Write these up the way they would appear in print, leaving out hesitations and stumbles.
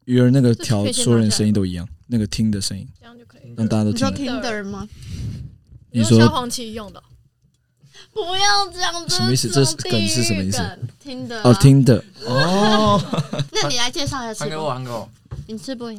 鱼儿那个调所有人声音都一样，那个听的声音， 这样就可以。 让大家都听。 你说 Tinder 吗？ 你说消黄旗用的？ 不要这样子。 什么意思？这梗是什么意思？ 听的哦，听的哦。 那你来介绍一下吃播。 还给我。 你吃播呀？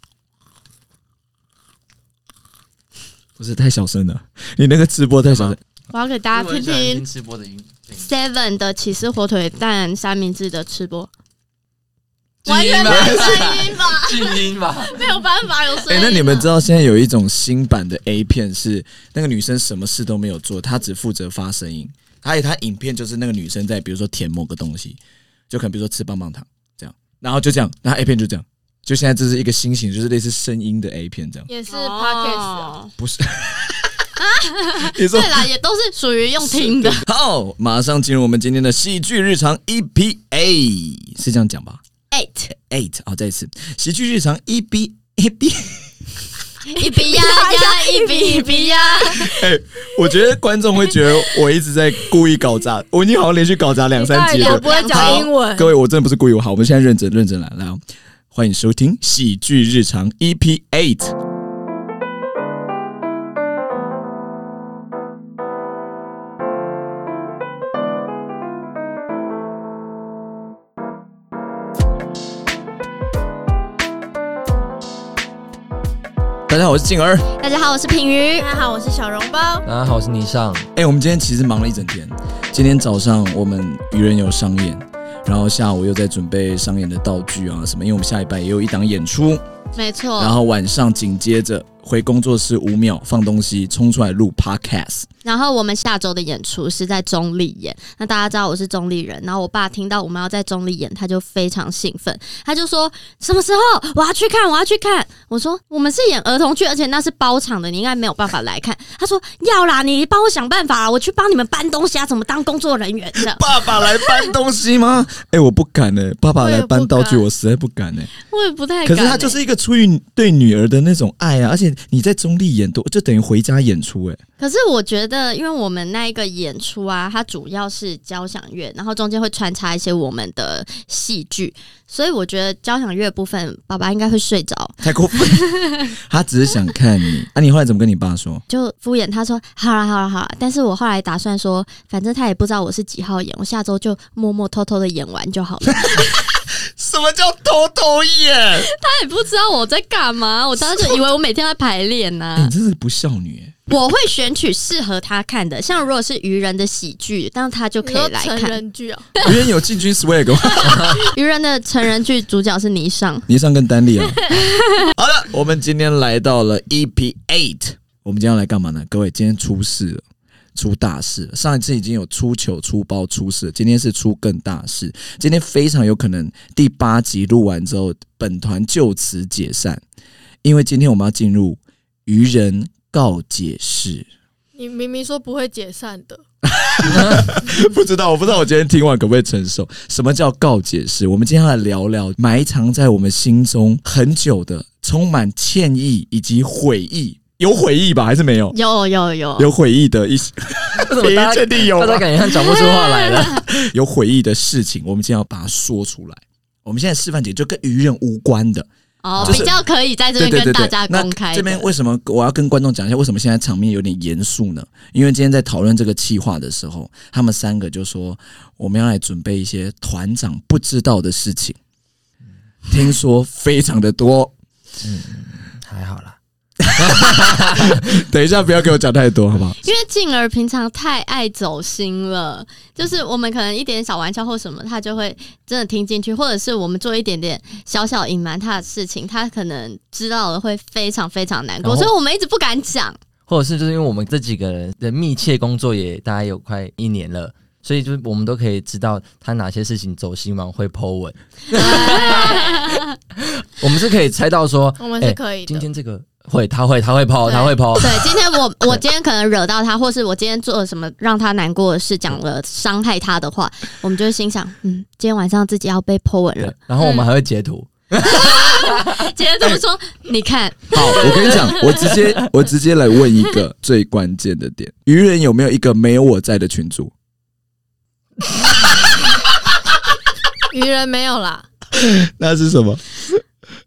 不是太小声了，你那个直播太小声。 我要给大家听听吃播的音。 Seven 的起司火腿蛋三明治的吃播。 完全没声音吧？ 静音吧？ 没有办法有声音。 那你们知道现在有一种新版的 A 片是那个女生什么事都没有做，她只负责发声音。她影片就是那个女生在比如说舔某个东西，就可能比如说吃棒棒糖这样，然后就这样，然后 A 片就这样。就现在这是一个新型，就是类似声音的 A 片这样。 也是 Podcast 不是？你说对啦，也都是属于用听的。 好，马上进入我们今天的喜剧日常 EPA， 是这样讲吧？8好，再一次，喜剧日常 EPA。一比呀呀，一比呀！ 我觉得观众会觉得我一直在故意搞砸，我已经好像连续搞砸2、3集了。 我不会讲英文， 各位，我真的不是故意。好，我们现在认真来，欢迎收听喜剧日常 EP8。大家好，我是静儿。 大家好，我是品瑜。 大家好，我是小笼包。 大家好，我是倪尚。 我们今天其实忙了一整天。今天早上我们愚人有商演，然后下午又在准备商演的道具啊什么，因为我们下礼拜也有一档演出。 没错。 然后晚上紧接着回工作室5秒放东西，冲出来录 podcast。 然后我们下周的演出是在中立演，那大家知道我是中立人，然后我爸听到我们要在中立演，他就非常兴奋，他就说什么时候我要去看。我说我们是演儿童剧，而且那是包场的，你应该没有办法来看。他说要啦，你帮我想办法啦，我去帮你们搬东西啊，怎么当工作人员这样。 爸爸来搬东西吗？我不敢爸爸来搬道具我实在不敢我也不太敢。 可是他就是一个出于对女儿的那种爱啊，而且你在中立演就等于回家演出可是我觉得，因为我们那一个演出啊，它主要是交响乐，然后中间会穿插一些我们的戏剧，所以我觉得交响乐部分，爸爸应该会睡着。 太过分！他只是想看你啊，你后来怎么跟你爸说？ 就敷衍他说好啦。但是我后来打算说，反正他也不知道我是几号演，我下周就默默偷偷的演完就好了。 什么叫偷偷演？ 他也不知道我在干嘛，我当时就以为我每天在排练呢。 你真是不孝女我会选取适合他看的，像如果是愚人的喜剧，那他就可以来看。 成人剧啊， 愚人有进军 swag 吗？ 愚人的成人剧主角是倪尚跟丹丽啊。好了，我们今天来到了 EP8， 我们今天要来干嘛呢？各位，今天出事了。出大事了，上一次已经有出糗、出包、出事了，今天是出更大事。今天非常有可能第8集录完之后，本团就此解散，因为今天我们要进入愚人告解室。 你明明说不会解散的。 我不知道我今天听完可不可以承受？什么叫告解室？我们今天要来聊聊埋藏在我们心中很久的、充满歉意以及悔意。有悔意吧？还是没有？有悔意的一些， 大家感觉像讲不出话来了。 有悔意的事情，我们今天要把它说出来。我们现在示范节就跟愚人无关的比较可以在这边跟大家公开的。 这边为什么我要跟观众讲一下，为什么现在场面有点严肃呢？因为今天在讨论这个企划的时候，他们3个就说我们要来准备一些团长不知道的事情，听说非常的多。 还好啦。 等一下，不要给我讲太多，好不好？ 因为静儿平常太爱走心了，就是我们可能一点小玩笑或什么，他就会真的听进去，或者是我们做一点点小小隐瞒他的事情，他可能知道了会非常非常难过，所以我们一直不敢讲。 或者是就是因为我们这几个人的密切工作也大概有快1年了。所以就是我们都可以知道他哪些事情走心完会 po 文，我们是可以猜到说， 我们是可以的。 今天这个他会 po。 对，今天我今天可能惹到他，或是我今天做了什么让他难过的事，讲了伤害他的话，我们就会心想，今天晚上自己要被 po 文了。 然后我们还会截图。 截图说你看。 好，我跟你讲，我直接来问一个最关键的点：愚人有没有一个没有我在的群组？ 愚人没有啦。 那是什么？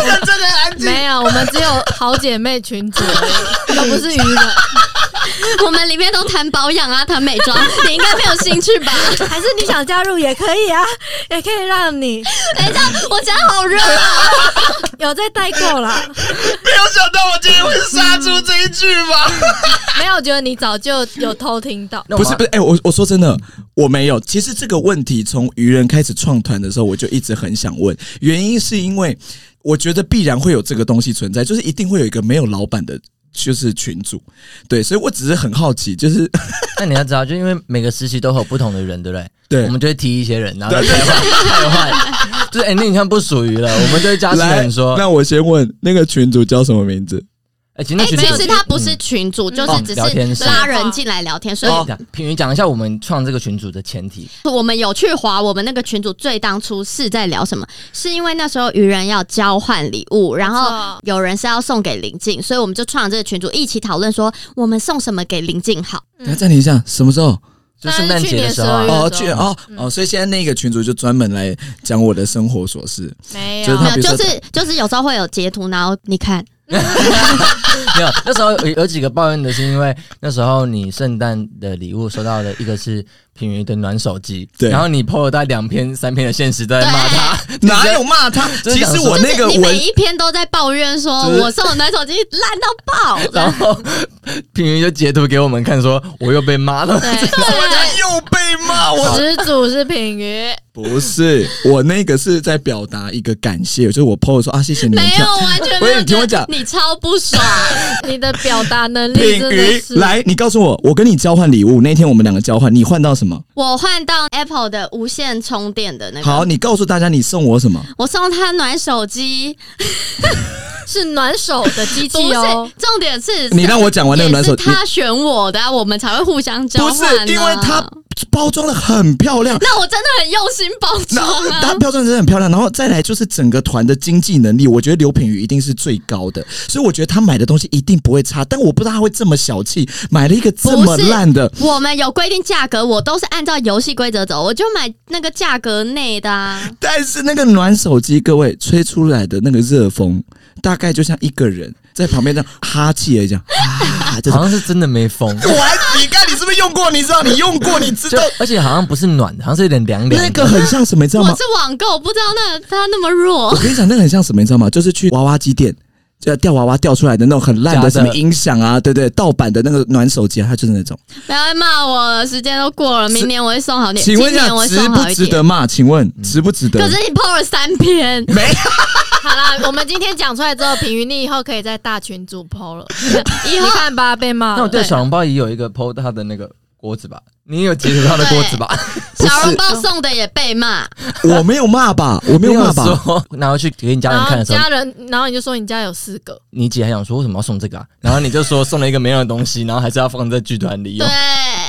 这个安静。 没有，我们只有好姐妹群组而已，都不是愚人。 我们里面都谈保养啊，谈美妆，你应该没有兴趣吧？ 还是你想加入也可以啊，也可以让你。 等一下，我家好热啊！ 有在代购啦。 没有想到我今天会杀出这一句吧？ 没有，我觉得你早就有偷听到。 不是，我说真的，我没有。其实这个问题从愚人开始创团的时候，我就一直很想问，原因是因为我觉得必然会有这个东西存在，就是一定会有一个没有老板的。就是群组，对，所以我只是很好奇，就是那你要知道，就因为每个时期都会有不同的人，对不对？ 对， 我们就会提一些人，然后再汰换，就是那你看不属于了，我们就会加新人说。 那我先问那个群组叫什么名字？ 其实他不是群组，就是只是拉人进来聊天。所以品瑜讲一下我们创这个群组的前提。 我们有去滑我们那个群组最当初是在聊什么？是因为那时候愚人要交换礼物，然后有人是要送给林静，所以我们就创了这个群组，一起讨论说我们送什么给林静好。 来暂停一下，什么时候？ 就圣诞节的时候所以现在那个群组就专门来讲我的生活琐事。 没有， 就是有时候会有截图，然后你看。 没有，那时候有几个抱怨的是因为那时候你圣诞的礼物收到的一个是品瑜的暖手机，对，然后你 po 了大概2篇3篇的现实都在骂他， 哪有骂他？其实我那个你每一篇都在抱怨说我送的暖手机烂到爆， 然后品瑜就截图给我们看说我又被骂了， 对， 又被骂，我始祖是品瑜。 不是，我那个是在表达一个感谢，就是我 po 说啊，谢谢你们。 没有，完全没有。 你听我讲， 你超不爽， 你的表达能力真的是。 来，你告诉我，我跟你交换礼物那天，我们2个交换，你换到什么？ 我换到 Apple 的无线充电的那个。 好，你告诉大家你送我什么？ 我送他暖手机。 是暖手的机器哦， 重点是你让我讲完那个暖手机， 他选我的，我们才会互相交换。 不是，因为他包装的很漂亮， 那我真的很用心包装啊， 他包装真的很漂亮。然后再来就是整个团的经济能力，我觉得刘品瑜一定是最高的，所以我觉得他买的东西一定不会差。但我不知道他会这么小气，买了一个这么烂的。 我们有规定价格，我都是按照游戏规则走，我就买那个价格内的啊。 但是那个暖手机，各位吹出来的那个热风。大概就像一个人在旁边这样哈气而已，这样， 好像是真的没风。 你看你是不是用过？你知道你用过，你知道， 而且好像不是暖的，好像是有点凉凉。 那个很像什么，你知道吗？ 我是网购，不知道它那么弱。 我跟你讲，那个很像什么，你知道吗？就是去娃娃机店。就吊娃娃吊出来的那种很烂的什么音响啊，对对，盗版的那个暖手机啊，它就是那种。不要再骂我了，时间都过了，明年我会送好点。 请问一下，值不值得骂？请问值不值得？ 可是你 po 了3篇， 没。 好啦，我们今天讲出来之后，品瑜你以后可以在大群组 po 了。以后看吧，被骂。 那我对小笼包也有一个 po 他的那个锅子吧，你也有截图他的锅子吧？ 小笼包送的也被骂， 我没有骂吧？我没有骂吧？ 拿回去给你家人看的时候， 然后你就说你家有4个， 你姐还想说为什么要送这个啊？然后你就说送了一个没用的东西，然后还是要放在剧团里用。 对。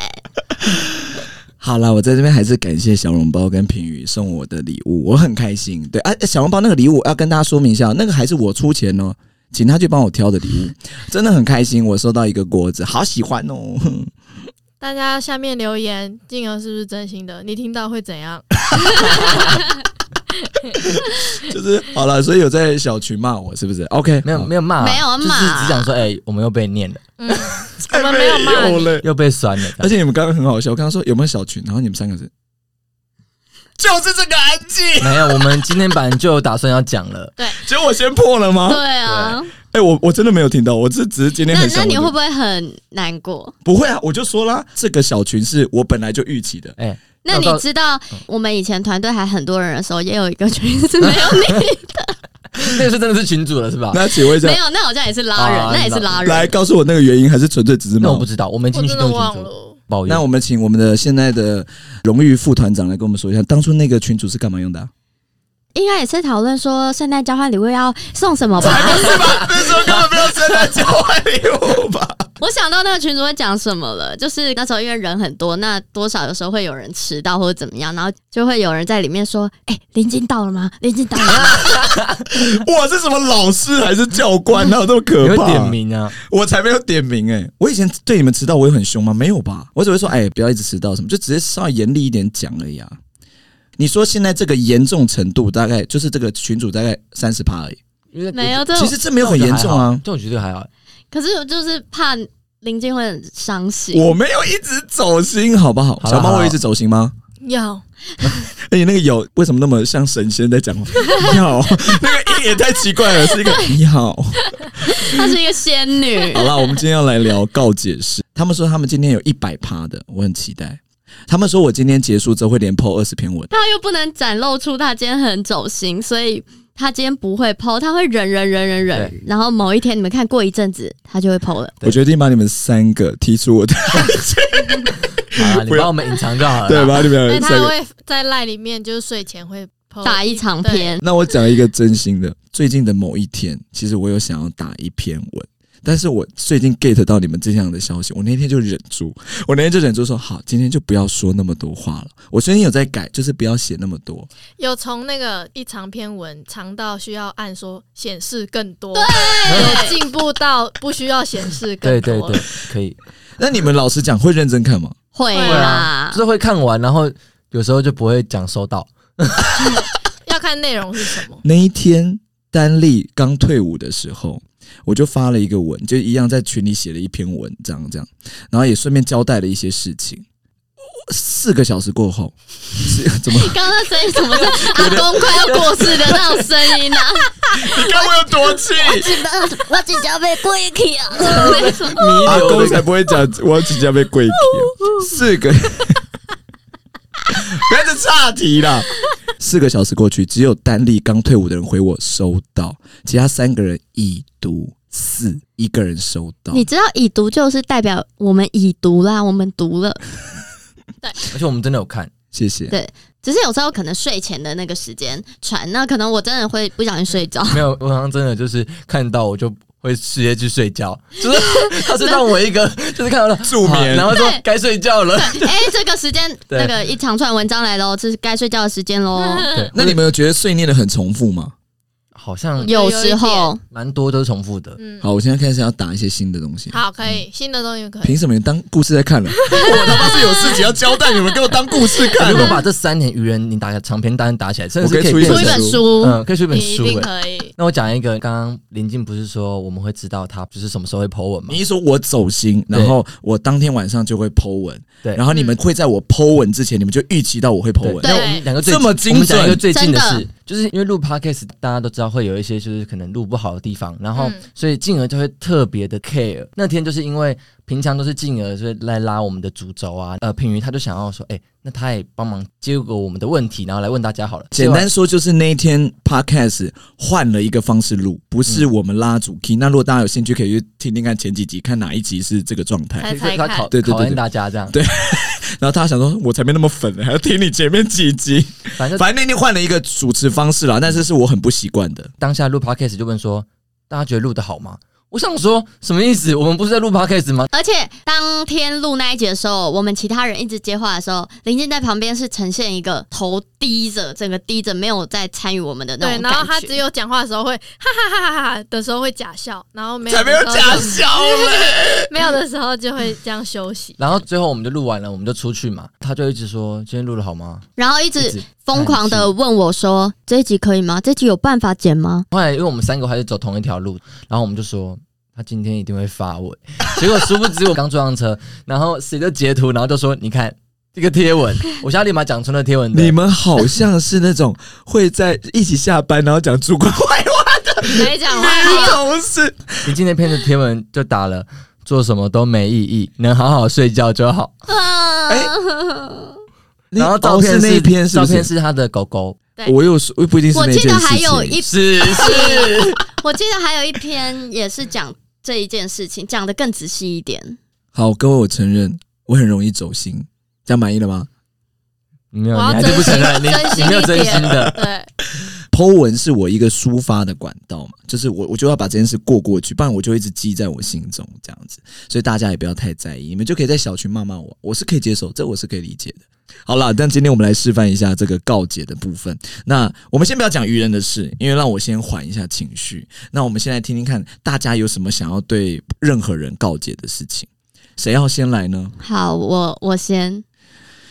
好啦，我在这边还是感谢小笼包跟品瑜送我的礼物，我很开心。对啊，小笼包那个礼物要跟大家说明一下，那个还是我出钱哦，请他去帮我挑的礼物，真的很开心。我收到一个锅子，好喜欢哦。 大家下面留言，静儿是不是真心的？你听到会怎样？ 就是好了，所以有在小群骂我是不是 ？OK， 没有骂， 没有骂， 就是只讲说，我们又被念了， 我们没有骂你， 又被酸了。 而且你们刚刚很好笑，我刚刚说有没有小群，然后你们3个是。就是这个安静， 没有，我们今天本来就有打算要讲了， 对， 结果我先破了吗？ 对啊， 我真的没有听到，我只是今天很想。 那你会不会很难过？ 不会啊，我就说啦，这个小群是我本来就预期的。 那你知道我们以前团队还很多人的时候，也有一个群是没有你的。 那个是真的是群主了是吧？ 那请问一下， 没有，那好像也是拉人，那也是拉人。 来告诉我那个原因，还是纯粹只是？ 那我不知道，我们进去都群主。 那我们请我们的现在的荣誉副团长来跟我们说一下，当初那个群组是干嘛用的？ 应该也是讨论说圣诞交换礼物要送什么吧？ 不是吧？那时候根本没有圣诞交换礼物吧？ 我想到那个群组会讲什么了，就是那时候因为人很多，那多少有时候会有人迟到或者怎么样，然后就会有人在里面说：“林静到了吗？林静到了吗？” 我是什么老师还是教官？哪有这么可怕？ 有点名啊！ 我才没有点名我以前对你们迟到我有很凶吗？没有吧？我只会说不要一直迟到什么，就只是稍微严厉一点讲而已啊。你说现在这个严重程度大概就是这个群组大概30%而已， 没有这其实这没有很严重啊， 这我觉得还好。 可是我就是怕林静会很伤心。 我没有一直走心，好不好？小猫，我有一直走心吗？ 要。 而且那个有为什么那么像神仙在讲话？要那个音也太奇怪了，是一个要。 她是一个仙女。 好啦，我们今天要来聊告解室。他们说他们今天有100%的，我很期待。他们说我今天结束之后会连 po 20篇文， 他又不能展露出他今天很走心，所以他今天不会 po， 他会忍，然后某一天你们看过一阵子他就会 po 了。 我决定把你们3个踢出我的好啦，你帮我们隐藏就好了。 对吧？你们他会在赖里面就是睡前会 po 打一长篇。 那我讲一个真心的，最近的某一天，其实我有想要打一篇文。但是我最近 get 到你们这样的消息，我那天就忍住说好，今天就不要说那么多话了。我最近有在改，就是不要写那么多。 有从那个一长篇文长到需要按说显示更多， 对， 有进步到不需要显示更多。 对，可以。 那你们老实讲，会认真看吗？ 会啦， 就是会看完，然后有时候就不会讲收到。 要看内容是什么。 那一天丹丽刚退伍的时候，我就发了一个文，就一样在群里写了一篇文，这样，然后也顺便交代了一些事情。4个小时过后，怎么？ 刚刚那声音怎么是阿公快要过世的那种声音啊？ 你看我有多气！ 我只叫被跪去啊！ 阿公才不会讲，我只叫被跪去。4个，不要再岔题了。4个小时过去，只有丹丽刚退伍的人回我收到，其他3个人已读4，一个人收到。 你知道已读就是代表我们已读啦，我们读了。 对， 而且我们真的有看， 谢谢。 对，只是有时候可能睡前的那个时间传，那可能我真的会不小心睡着。 没有，我好像真的就是看到我就会直接去睡觉，就是他是让我一个就是看到了助眠， 然后说该睡觉了。 这个时间那个一长串文章来咯，这是该睡觉的时间咯。 那你们有觉得碎念的很重复吗？ 好像有时候蛮多都是重复的。 好，我现在开始要打一些新的东西。 好，可以，新的东西可以。 凭什么你当故事在看了？我他妈是有事情要交代，你们给我当故事看。 如果把这3年愚人你打个长篇大案打起来，甚至可以出一本书， 可以出一本书， 一定可以。 那我讲一个，刚刚林静不是说我们会知道他就是什么时候会 po 文吗？ 你一说我走心，然后我当天晚上就会 po 文， 对， 然后你们会在我 po 文之前，你们就预期到我会 po 文。 对那我们两个这么精准， 我们讲一个最近的真事，就是因为录 podcast 大家都知道会有一些就是可能录不好的地方，然后所以静儿就会特别的 care。那天就是因为平常都是静儿所以来拉我们的主轴啊，品瑜他就想要说，那他也帮忙接过我们的问题，然后来问大家好了。 简单说就是那一天 podcast 换了一个方式录，不是我们拉主 key。那如果大家有兴趣，可以去听听看前几集，看哪一集是这个状态。 猜看， 对考验大家这样。 对。然后他想说，我才没那么粉，还要听你前面几集。反正那天换了一个主持方式啦，但是是我很不习惯的。 当下录 podcast 就问说，大家觉得录得好吗？我想说什么意思？我们不是在录 podcast 吗？ 而且当天录那一集的时候，我们其他人一直接话的时候，林静在旁边是呈现一个头低着，整个低着，没有在参与我们的那种感觉。 对，然后他只有讲话的时候会哈哈哈哈哈的时候会假笑，然后没有才没有假笑嘞， 没有的时候就会这样休息。 然后最后我们就录完了，我们就出去嘛，他就一直说今天录得好吗？ 然后一直疯狂的问我说这一集可以吗？这一集有办法剪吗？ 后来因为我们3个还是走同一条路，然后我们就说他今天一定会发文，结果殊不知我刚坐上车，然后谁就截图，然后就说你看这个贴文，我现在立马讲出那贴文的。 你们好像是那种会在一起下班，然后讲主管坏话的， 没讲坏话同事。 你今天篇的贴文就打了，做什么都没意义，能好好睡觉就好。然后照片是那一篇是不是， 照片是他的狗狗。 我不一定是那件事情。 我记得还有一是我记得还有一篇也是讲这一件事情，讲得更仔细一点。 好，各位，我承认我很容易走心，这样满意了吗？ 没有，你还是不承认，你没有真心的。 对 ，po 文是我一个抒发的管道嘛，就是我就要把这件事过去，不然我就一直记在我心中这样子。所以大家也不要太在意，你们就可以在小群骂我，我是可以接受，这我是可以理解的。好啦，但今天我们来示范一下这个告解的部分。那我们先不要讲愚人的事，因为让我先缓一下情绪。那我们先来听听看，大家有什么想要对任何人告解的事情？谁要先来呢？ 好，我先。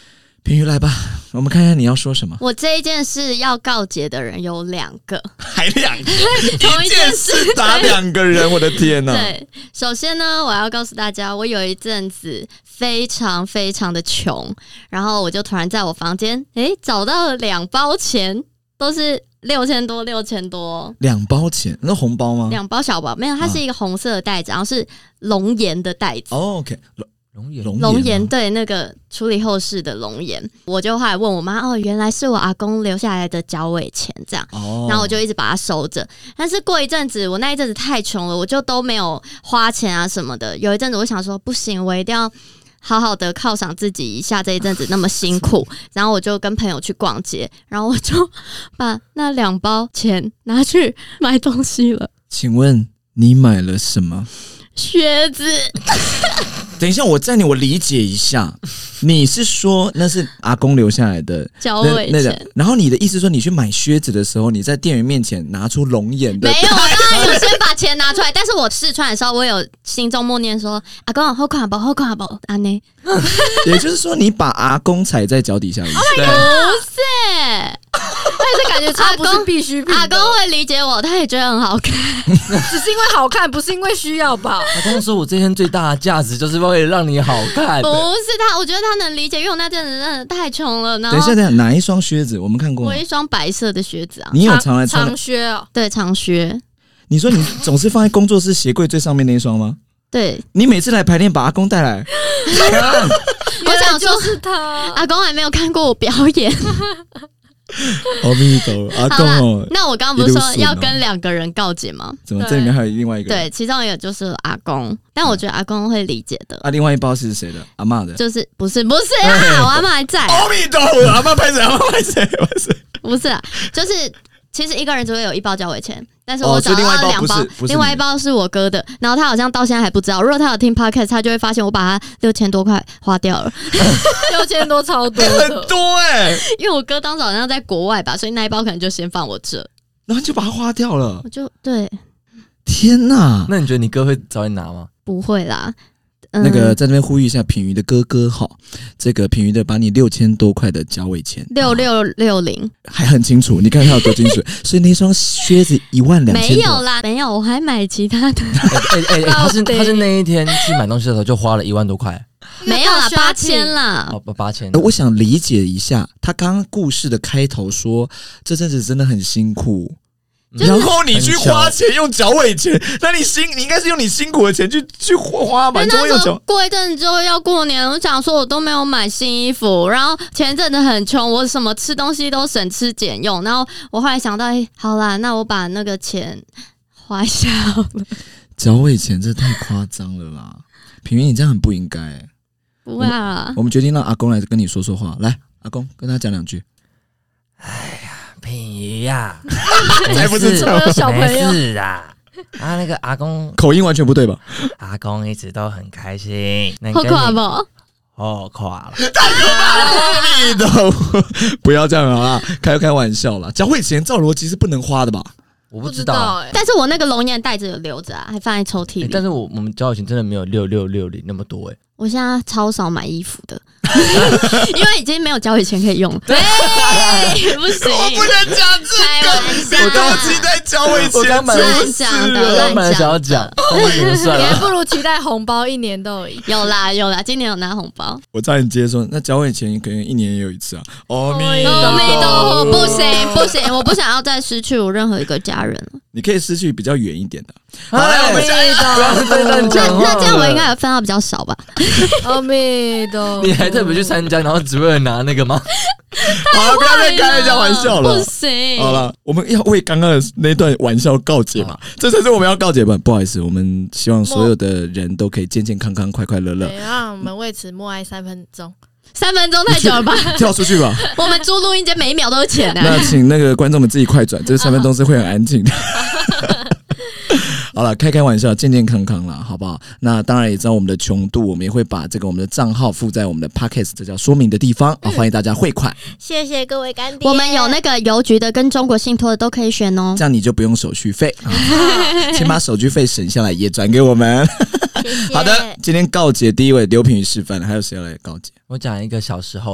品瑜来吧，我们看看你要说什么。 我这一件事要告解的人有2个， 还2个， 同一件事打2个人，我的天哪！ 对，首先呢，我要告诉大家，我有一阵子非常非常的穷，然后我就突然在我房间，找到了2包钱，都是6000多，6000多。 2包钱，那红包吗 ？2包小包，没有，它是一个红色的袋子，然后是龙岩的袋子。 哦 ，OK。 龙岩对，那个处理后事的龙岩，我就后来问我妈，原来是我阿公留下来的脚尾钱这样，然后我就一直把它收着。但是过一阵子，我那一阵子太穷了，我就都没有花钱啊什么的。有一阵子我想说，不行，我一定要好好的犒赏自己一下，这一阵子那么辛苦。然后我就跟朋友去逛街，然后我就把那2包钱拿去买东西了。 请问你买了什么？ 靴子。 等一下，我理解一下，你是说那是阿公留下来的脚尾钱？ 然后你的意思说，你去买靴子的时候，你在店员面前拿出龙眼的？ 没有，我当然有先把钱拿出来，但是我试穿的时候，我有心中默念说：“阿公好看不？好看不？安呢？” 也就是说，你把阿公踩在脚底下。 不是， 但是感觉超不是必需品。 阿公会理解我，他也觉得很好看， 只是因为好看，不是因为需要吧？ 他刚刚说我这天最大的价值就是为了让你好看。 不是他，我觉得他能理解，因为我那阵子真的太穷了。然后等一下，哪一双靴子？我们看过。 我一双白色的靴子啊。 你有常来穿长靴哦？ 对，长靴。 你说你总是放在工作室鞋柜最上面那一双吗？ 对。 你每次来排练把阿公带来。 我想说是他， 阿公还没有看过我表演。 阿弥陀，阿公哦。 那我刚刚不是说要跟2个人告解吗？ 怎么这里面还有另外一个人？ 对，其中一个就是阿公，但我觉得阿公会理解的。 另外一包是谁的？阿嬷的？ 就是不是啊，我阿嬷还在。 阿弥陀佛，阿嬷拍谁？阿嬷拍谁？ 不是啊，就是其实一个人只会有1包脚尾钱，但是我找到2包，另外1包是我哥的，然后他好像到现在还不知道。如果他有听 podcast， 他就会发现我把他6000多块花掉了 ，6000多超多的， 很多因为我哥当时好像在国外吧，所以那1包可能就先放我这， 然后就把它花掉了。 我就对， 天哪！ 那你觉得你哥会找你拿吗？ 不会啦。 那个在这边呼吁一下品瑜的哥哥好，这个品瑜的把你6000多块的脚尾钱 6660 还很清楚，你看他有多精准，所以那双靴子12000多。 没有啦，没有，我还买其他的。 他是那一天去买东西的时候就花了1万多块。 没有啦，8000啦 ，8000。 我想理解一下，他刚刚故事的开头说这阵子真的很辛苦。然后你去花钱用脚尾钱，那你应该是用你辛苦的钱去花吧？怎么用脚？ 过一阵子之后要过年，我想说我都没有买新衣服，然后前阵子很穷，我什么吃东西都省吃俭用，然后我后来想到，好啦，那我把那个钱花一下好了。 脚尾钱这太夸张了啦，品瑜你这样很不应该。 不会啊， 我们决定让阿公来跟你说说话，来，阿公跟他讲2句。 哎呀。品瑜呀， 才不是小朋友， 没事啊。那个阿公口音完全不对吧？ 阿公一直都很开心。 好垮不？ 哦，垮了， 太可怕了！阿弥陀佛，不要这样啊！开玩笑啦，脚尾钱照逻辑是不能花的吧？ 我不知道但是我那个龙眼袋子有留着啊，还放在抽屉里。 但是我们脚尾钱真的没有6660那么多我现在超少买衣服的，因为已经没有脚尾钱可以用了。对，不行， 我不能讲这个，我刚期待脚尾钱， 我刚买了想要讲， 你还不如期待红包1年都有啦，今年有拿红包。 我差点接说，那脚尾钱可能1年也有一次啊。阿弥陀佛，不行，我不想要再失去我任何一个家人了。 你可以失去比较远一点的。 好，来我们下一个。那这样我应该有分到比较少吧？ 阿弥陀佛， 你还特别去参加，然后只为了拿那个吗？ 好了，不要再开人家玩笑了。 不行， 好了，我们要为刚刚的那段玩笑告解嘛，这才是我们要告解吧。不好意思，我们希望所有的人都可以健健康康、快快乐乐。 让我们为此默哀3分钟。 3分钟太久了吧？ 跳出去吧！ 我们租录音间每1秒都是钱那请那个观众们自己快转，这3分钟是会很安静的。好了，开玩笑，健健康康啦，好不好？那当然也知道我们的穷度，我们也会把我们的账号附在我们的 podcast 这叫说明的地方啊，欢迎大家汇款。 谢谢各位干爹。 我们有那个邮局的跟中国信托的都可以选哦， 这样你就不用手续费，先把手续费省下来也转给我们。 谢谢。 好的，今天告解第一位刘品瑜示范，还有谁要来告解？ 我讲一个小时候的。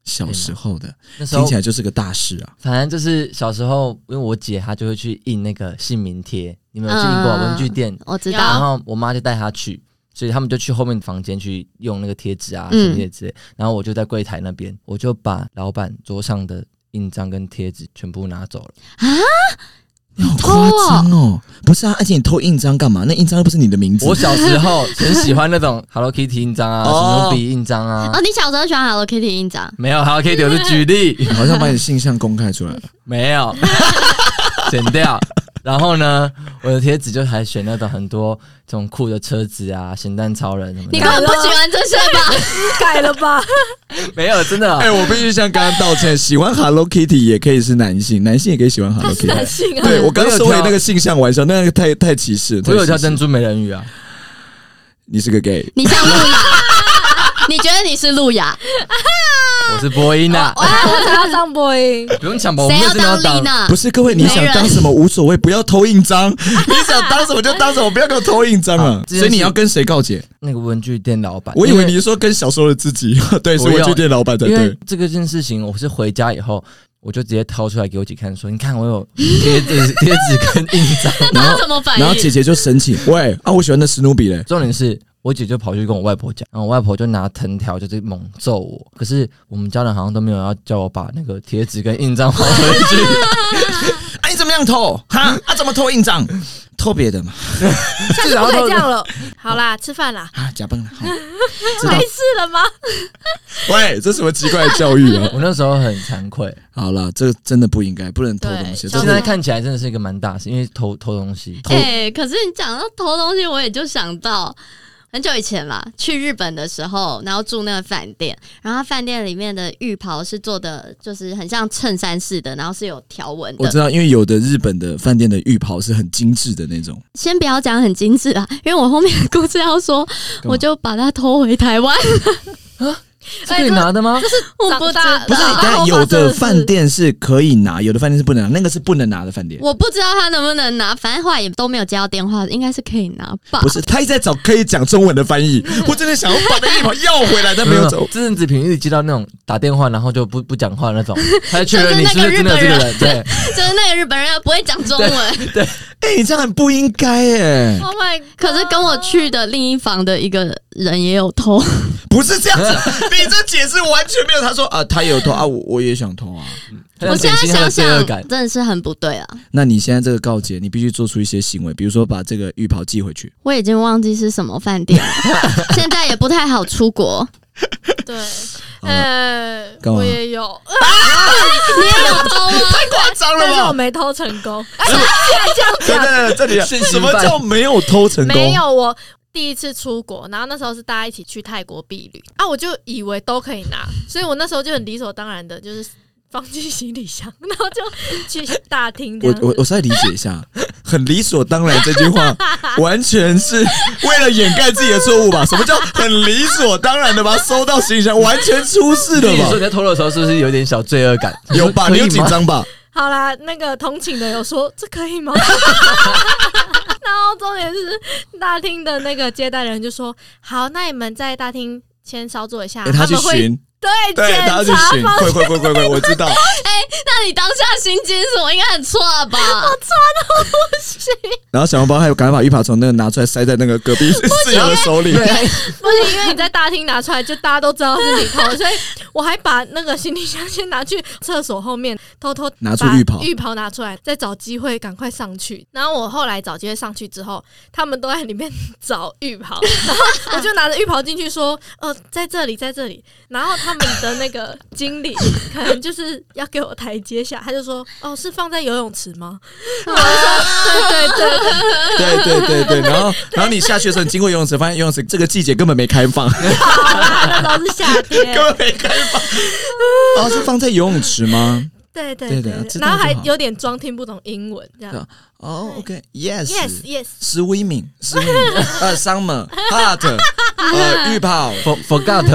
小时候的， 那时候听起来就是个大事啊。 反正就是小时候，因为我姐她就会去印那个姓名贴，你们有去印过文具店？ 我知然道。 后我妈就带她去，所以他们就去后面房间去用那个贴纸啊什么贴之类。然后我就在柜台那边，我就把老板桌上的印章跟贴纸全部拿走了。 啊！ 你好夸张哦！不是啊，而且你偷印章干嘛？那印章又不是你的名字。 我小时候很喜欢那种 Hello Kitty 印章啊，史努比印章啊。 哦，你小时候喜欢 Hello Kitty 印章？ 没有 Hello Kitty， 我是举例， 好像把你性向公开出来了。 没有，剪掉。然后呢，我的贴纸就还选那种很多这种酷的车子啊，咸蛋超人什么的。 你根本不喜欢这些吧？ 改了吧？ 没有，真的、啊。 我必须向刚刚道歉。喜欢 Hello Kitty 也可以是男性，男性也可以喜欢 Hello 他是男 Kitty。 性啊。 对我刚说回那个性向玩笑，那个太歧视。 我有条珍珠美人鱼啊。 你是个 gay。 你像路亚？你觉得你是路亚？ 我是播音啊。 我才要当播音。 不用抢吧，我谁们真的要当。 丽娜？ 不是各位，你想当什么无所谓，不要偷印章。你想当什么就当什么，不要给我偷印章啊！所以你要跟谁告解？ 那个文具店老板。 我以为你是说跟小时候的自己，对，是文具店老板才对。 这个件事情，我是回家以后，我就直接掏出来给我姐看，说：“你看，我有贴纸跟印章。” 那他怎么反应？ 然后姐姐就生气，喂啊，我喜欢的史努比嘞。 重点是我姐就跑去跟我外婆讲，然后我外婆就拿藤条就是猛揍我。可是我们家人好像都没有要叫我把那个贴纸跟印章还回去。 啊，你怎么样偷？哈啊，怎么偷印章？偷别的嘛。 下次不可以这样了。好啦，吃饭啦。 啊，假崩了。 没事了吗？ 喂，这什么奇怪的教育啊！ 我那时候很惭愧。 好了，这个真的不应该，不能偷东西。 现在看起来真的是一个蛮大事，因为偷东西。 可是你讲到偷东西，我也就想到。很久以前啦，去日本的时候，然后住那个饭店，然后饭店里面的浴袍是做的，就是很像衬衫似的，然后是有条纹的。 我知道，因为有的日本的饭店的浴袍是很精致的那种。 先不要讲很精致啦，因为我后面的故事要说，我就把它偷回台湾。 是可以拿的吗？ 就是我不知道， 不是，但有的饭店是可以拿，有的饭店是不能拿，那个是不能拿的饭店。 我不知道他能不能拿，反正后来也都没有接到电话，应该是可以拿吧。 不是，他一直在找可以讲中文的翻译。我真的想要把那浴袍要回来，但没有走。 这阵子平日接到那种打电话，然后就不讲话的那种，他在确认你是不是真的有这个人。对， 就是那个日本人不会讲中文。 对， 你这样很不应该耶。 Oh my god！ 可是跟我去的另一房的一个人也有偷。 不是这样子，你这解释完全没有。他说啊，他也有偷啊，我也想偷啊。 我现在想想，真的是很不对啊。 那你现在这个告解，你必须做出一些行为，比如说把这个浴袍寄回去。 我已经忘记是什么饭店了，现在也不太好出国。 对，我也有， 你也有偷吗？ 太夸张了吧！ 但是我没偷成功。现在这样讲， 这里什么叫没有偷成功？ 没有，我第一次出国，然后那时候是大家一起去泰国避旅啊，我就以为都可以拿，所以我那时候就很理所当然的，就是放进行李箱，然后就去大厅。 我再理解一下，很理所当然这句话，完全是为了掩盖自己的错误吧？什么叫很理所当然的把它收到行李箱？完全出事了吧？ 你说你在偷的时候是不是有点小罪恶感？ 有吧？你有紧张吧？ 好啦，那个同寝的有说这可以吗？然后重点是大厅的那个接待人就说：“好，那你们在大厅先稍坐一下。” 他去巡， 对， 他去巡，会，我知道。 那你当下心情是我应该很错吧？ 我错到不行。 然后小笼包还有赶快把浴袍从那个拿出来塞在那个隔壁室友的手里。 不行，因为你在大厅拿出来，就大家都知道是你偷，所以我还把那个行李箱先拿去厕所后面，偷偷拿出浴袍拿出来，再找机会赶快上去。然后我后来找机会上去之后，他们都在里面找浴袍，然后我就拿着浴袍进去说：“在这里，在这里。”然后他们的那个经理可能就是要给我台阶下，他就说：“哦，是放在游泳池吗？”我就说：“对。”然后你下去的时候，你经过游泳池，发现游泳池这个季节根本没开放。 好啦，那都是夏天， 根本没开放。哦，是放在游泳池吗？ 对，然后还有点装听不懂英文这样。 哦 ，OK，Yes， Swimming， summer，hot， 浴袍 forgot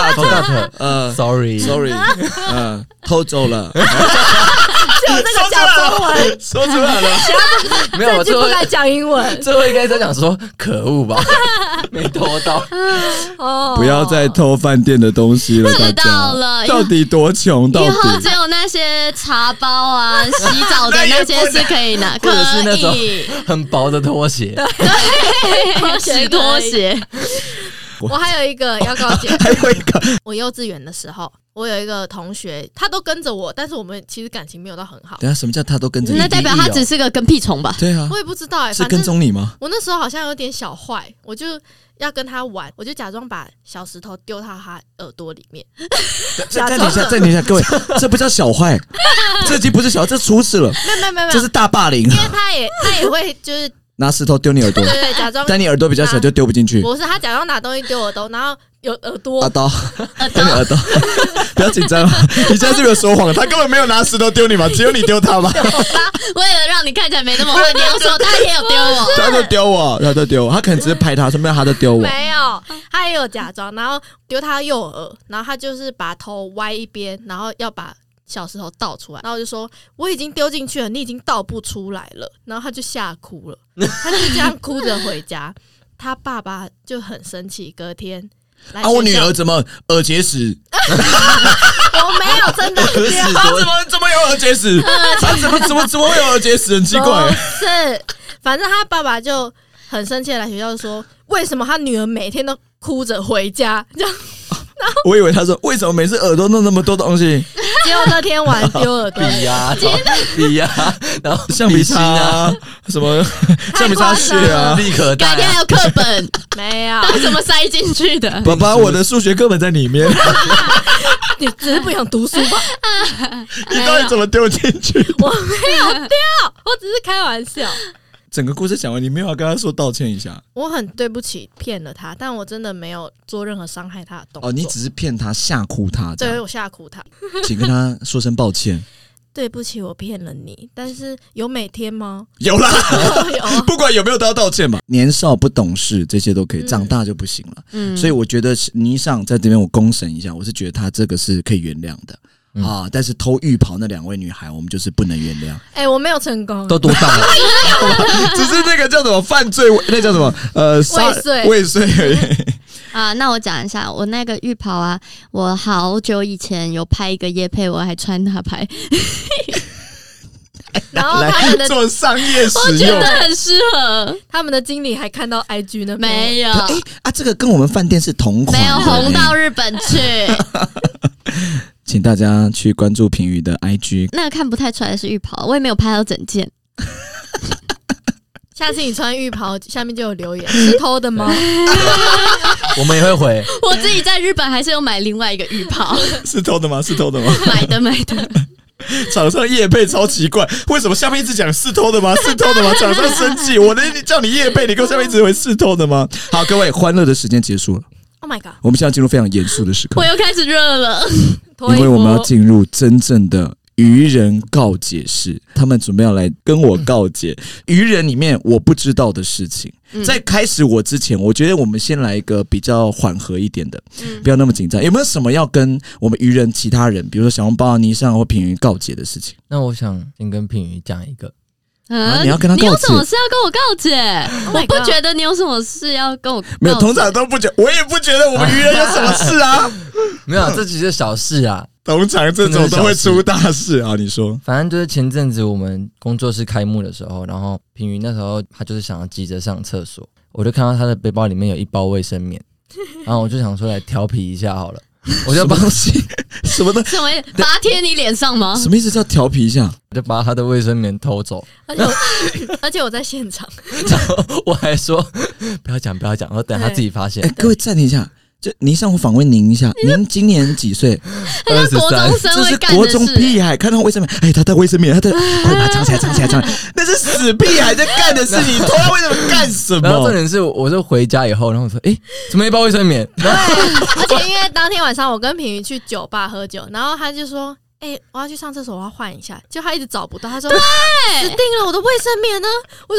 sorry 偷走了， 就那个讲中文， 说出来了， 没有，我这句不该讲英文最后应该在讲说可恶吧，没偷到。 哦。 不要再偷饭店的东西了，大知道了家到底多穷？到以后底只有那些茶包啊、洗澡的那些是可以拿， 或者是那种可以很薄的拖鞋， 洗拖鞋。 我还有一个要告诫， 还有一个， 我幼稚园的时候，我有一个同学，他都跟着我，但是我们其实感情没有到很好。 等一下什么叫他都跟着你？ 那代表他只是个跟屁虫吧？ 对啊， 我也不知道是跟踪你吗？ 我那时候好像有点小坏，我就要跟他玩，我就假装把小石头丢到他耳朵里面。 暂停一下，各位，这不叫小坏，这已经不是小，这出事了， 没有， 这是大霸凌。 因为他也会就是拿石头丢你耳朵， 对，假装。 但你耳朵比较小就丢不进去。 不是，他假装拿东西丢耳朵，然后有耳朵。 耳朵，不要紧张，你现在是不是有说谎？他根本没有拿石头丢你嘛，只有你丢他嘛。 为了让你看起来没那么坏，你要说他也有丢我， 他都丢我，他可能只是拍他，说没有他都丢我。 没有，他也有假装，然后丢他右耳，然后他就是把头歪一边，然后要把小石头倒出来，然后我就说我已经丢进去了，你已经倒不出来了，然后他就吓哭了，他就这样哭着回家，他爸爸就很生气，隔天来我女儿怎么耳结石？ 我没有真的丢， 他怎么有耳结石？他怎么会有耳结石？很奇怪。 不是，反正他爸爸就很生气的来学校说，为什么他女儿每天都哭着回家这样。 我以为他说为什么每次耳朵弄那么多东西？ 结果那天玩丢耳朵， 笔呀，然后橡皮擦啊，什么橡皮擦屑啊， 立可带改天还有课本， 没有， 怎么塞进去的？ 爸爸，我的数学课本在里面。 你只是不想读书吧？ 你到底怎么丢进去？ 我没有丢，我只是开玩笑。 整个故事讲完，你没有要跟他说道歉一下？ 我很对不起骗了他，但我真的没有做任何伤害他的动作。 你只是骗他，吓哭他。 对，我吓哭他。 请跟他说声抱歉。 对不起，我骗了你。但是有每天吗？ 有啦， 有。 不管有没有都要道歉嘛。年少不懂事，这些都可以，长大就不行了。所以我觉得倪尚在这边我公审一下，我是觉得他这个是可以原谅的。但是偷浴袍那2位女孩，我们就是不能原谅。 我没有成功， 都多大了？ 只是那个叫什么犯罪，那叫什么未遂而已。 那我讲一下，我那个浴袍啊，我好久以前有拍一个业配，我还穿它拍。 然后他们的做商业使用， 我觉得很适合。 他们的经理还看到 IG 那边没有？ 这个跟我们饭店是同款， 没有红到日本去。 请大家去关注品瑜的 IG。 那个看不太出来是浴袍，我也没有拍到整件。 下次你穿浴袍，下面就有留言是偷的吗？ 我们也会回。 我自己在日本还是有买另外一个浴袍。 是偷的吗？买的。厂商业配超奇怪，为什么下面一直讲是偷的吗？是偷的吗？厂商生气，我叫你业配，你给我下面一直回是偷的吗？好，各位，欢乐的时间结束了。 Oh my god！ 我们现在进入非常严肃的时刻， 我又开始热了， 因为我们要进入真正的愚人告解室，他们准备要来跟我告解愚人里面我不知道的事情。在开始我之前，我觉得我们先来一个比较缓和一点的，不要那么紧张。有没有什么要跟我们愚人其他人，比如说小笼包、倪尚或品瑜告解的事情？ 那我想先跟品瑜讲一个。 你要跟他告解？ 你有什么事要跟我告解？我不觉得你有什么事要跟我告解。 没有，通常都不觉得，我也不觉得我们愚人有什么事啊。 没有，这只是小事啊。 通常这种都会出大事啊！你说， 反正就是前阵子我们工作室开幕的时候，然后品瑜那时候他就是想要急着上厕所，我就看到他的背包里面有1包卫生棉，然后我就想说来调皮一下好了，我就把东西什么的， 什么把它贴你脸上吗？ 什么意思叫调皮一下？ 我就把他的卫生棉偷走， 而且我在现场， 然后我还说不要讲，然后等他自己发现。 各位暂停一下。就倪尚，我访问您一下，您今年几岁 ？23，国中生会干的事。 这是国中屁孩，看到卫生棉，他带卫生棉，快把它藏起来，那是死屁孩在干的事，你偷他卫生棉干什么？ 然后重点是，我就回家以后，然后我说，怎么1包卫生棉？ 对，而且因为当天晚上我跟品瑜去酒吧喝酒，然后他就说，我要去上厕所，我要换一下，就他一直找不到，他说，死定了，我的卫生棉呢？我就说。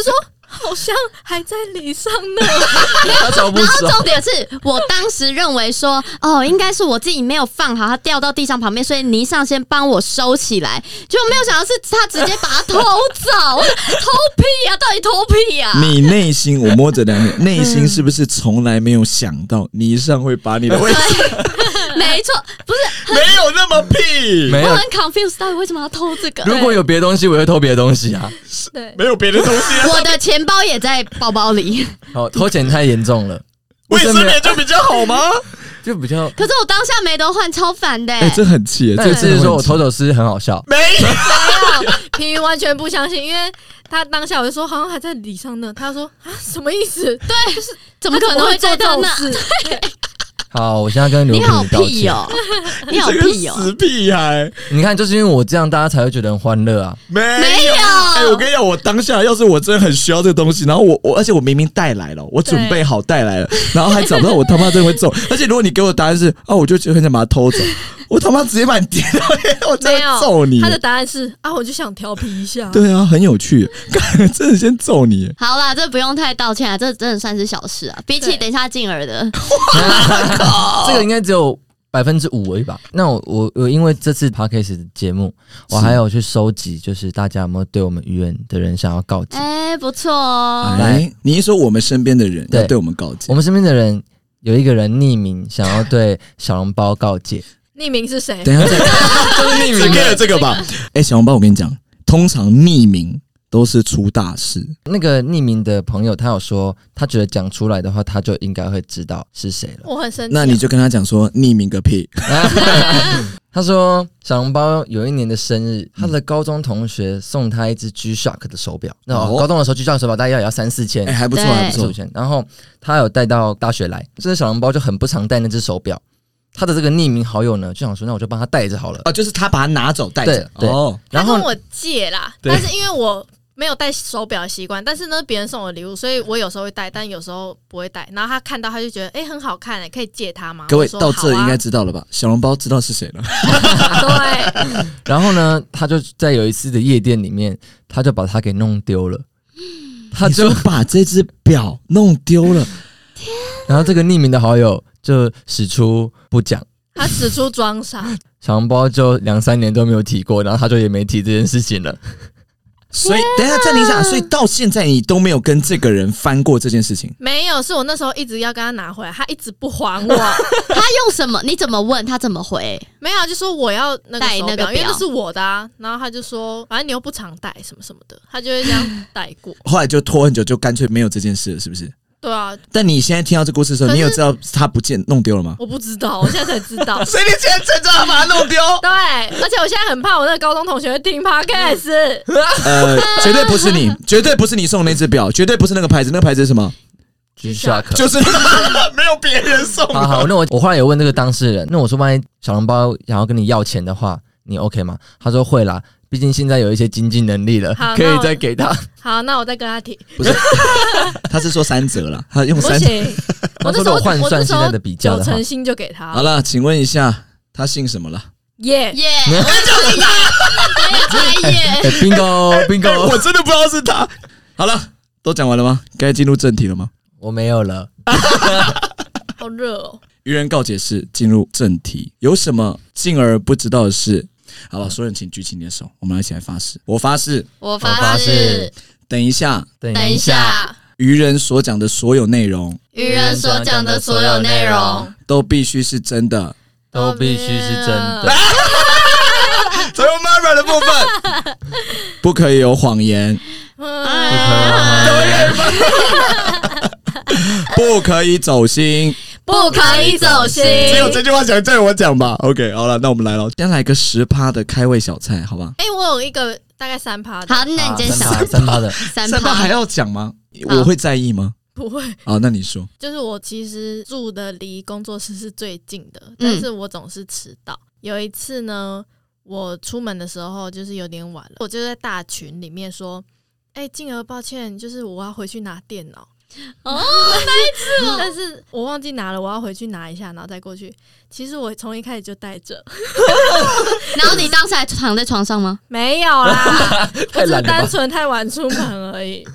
好像还在礼上呢。 他超不然后爽。 重点是我当时认为说，哦，应该是我自己没有放好，它掉到地上旁边，所以倪尚先帮我收起来，结果没有想到是他直接把它偷走，偷屁啊！到底偷屁啊？ 你内心，我摸着两眼，内心是不是从来没有想到倪尚会把你的位置？ 没错，不是， 没有那么屁， 没有我很 confused， 到底为什么要偷这个？ 如果有别的东西，我会偷别的东西啊。 对， 没有别的东西啊。 我的钱包也在包包里， 好，偷钱太严重了， 卫生棉就比较好吗？ 就比较。 可是我当下没得换，超烦的、 这很气， 但是说我偷走是很好笑。 没有。 没有，平鱼完全不相信，因为他当下我就说好像还在礼上呢，他说啊什么意思？对，就是怎么可能会做这在他那？ 种事？ 好，我现在跟刘你好品道歉。 屁哦、你好屁哦、 死屁孩， 你看，就是因为我这样，大家才会觉得很欢乐啊。 没有我跟你讲，我当下要是我真的很需要这个东西，然后我而且我明明带来了，我准备好带来了，然后还找不到，我他妈真的会揍。而且如果你给我答案是我就很想把它偷走，我他妈直接把你跌到，我真的揍你。 他的答案是我就想调皮一下。 对啊，很有趣，真的先揍你。 好啦，这不用太道歉啊，这真的算是小事啊，比起等一下静儿的。 这个应该只有5%而已吧。那我因为这次 podcast 的节目，我还有去收集，就是大家有没有对我们愚人的人想要告诫？ 不错哦。 你一说我们身边的人要对我们告诫， 我们身边的人有一个人匿名想要对小笼包告诫。 匿名是谁？ 等一下再就是匿名的这个吧。小笼包，我跟你讲，通常匿名都是出大事。 那个匿名的朋友，他有说，他觉得讲出来的话，他就应该会知道是谁了。 我很生气。 那你就跟他讲说，匿名个屁。 他说，小笼包有一年的生日，他的高中同学送他一只 G-Shock 的手表。高中的时候 G-Shock 手表大概也要3-4千， 还不错，还不错。 然后他有带到大学来，这只小笼包就很不常戴那只手表。他的这个匿名好友呢，就想说，那我就帮他带着好了。 就是他把它拿走带着。 对， 然后他跟我借啦，但是因为我没有戴手表的习惯，但是呢，别人送我礼物，所以我有时候会戴，但有时候不会戴。然后他看到，他就觉得很好看可以借他吗？ 各位到这应该知道了吧？小笼包知道是谁了。 对。 然后呢，他就在有一次的夜店里面，他就把它给弄丢了。他就把这只表弄丢了。 然后这个匿名的好友就使出不讲， 他使出装傻。 小笼包就2-3年都没有提过，然后他就也没提这件事情了。 所以等一下暂停一下，所以到现在你都没有跟这个人翻过这件事情？ 没有，是我那时候一直要跟他拿回来，他一直不还我。 他用什么？你怎么问他怎么回？ 没有，就说我要那个手表， 戴那个表， 因为那是我的啊。然后他就说，反正你又不常戴什么什么的，他就会这样带过。 后来就拖很久，就干脆没有这件事了，是不是？ 对啊。 但你现在听到这故事的时候，你有知道他不见弄丢了吗？ 我不知道，我现在才知道。 所以你现在才知道他把它弄丢？ 对，而且我现在很怕我那个高中同学会听 podcast。 绝对不是你，绝对不是你送的那只表，绝对不是那个牌子，那个牌子是什么 ？G-Shock， 就是没有别人送的。 好，那我后来有问那个当事人，那我说万一小笼包想要跟你要钱的话，你 OK 吗？他说会啦，毕竟现在有一些经济能力了，可以再给他。 好，那我再跟他提。 不是，他是说3折啦，他用3折。 我那时候换算现在的比较的话， 9成新就给他。 好了，请问一下，他姓什么了？ 耶， 我就是他，我也猜耶。 bingo， 我真的不知道是他。好了，都讲完了吗？该进入正题了吗？ 我没有了。 好热哦。 愚人告解室进入正题，有什么静儿不知道的事？好吧，所有人请举起你的手，我们一起来发誓。我发誓， 我发誓。 等一下，愚人所讲的所有内容， 愚人所讲的所有内容都必须是真的， 都必须是真的。 只有 Mara 的部分，不可以有谎言，不可以走心， 不可以走心。 只有这句话想对我讲吧。OK， 好了，那我们来了，先来个10%的开胃小菜，好吧？ 我有一个大概3%的。 好，那你先想 3%的 3% 还要讲吗？我会在意吗？ 不会。 好，那你说。 就是我其实住的离工作室是最近的，但是我总是迟到。有一次呢，我出门的时候就是有点晚了，我就在大群里面说：“静儿，抱歉，就是我要回去拿电脑。”那一次但是我忘记拿了，我要回去拿一下，然后再过去。其实我从一开始就带着。 然后你当时还躺在床上吗？ 没有啦， 太懒了吧， 我只是单纯太晚出门而已。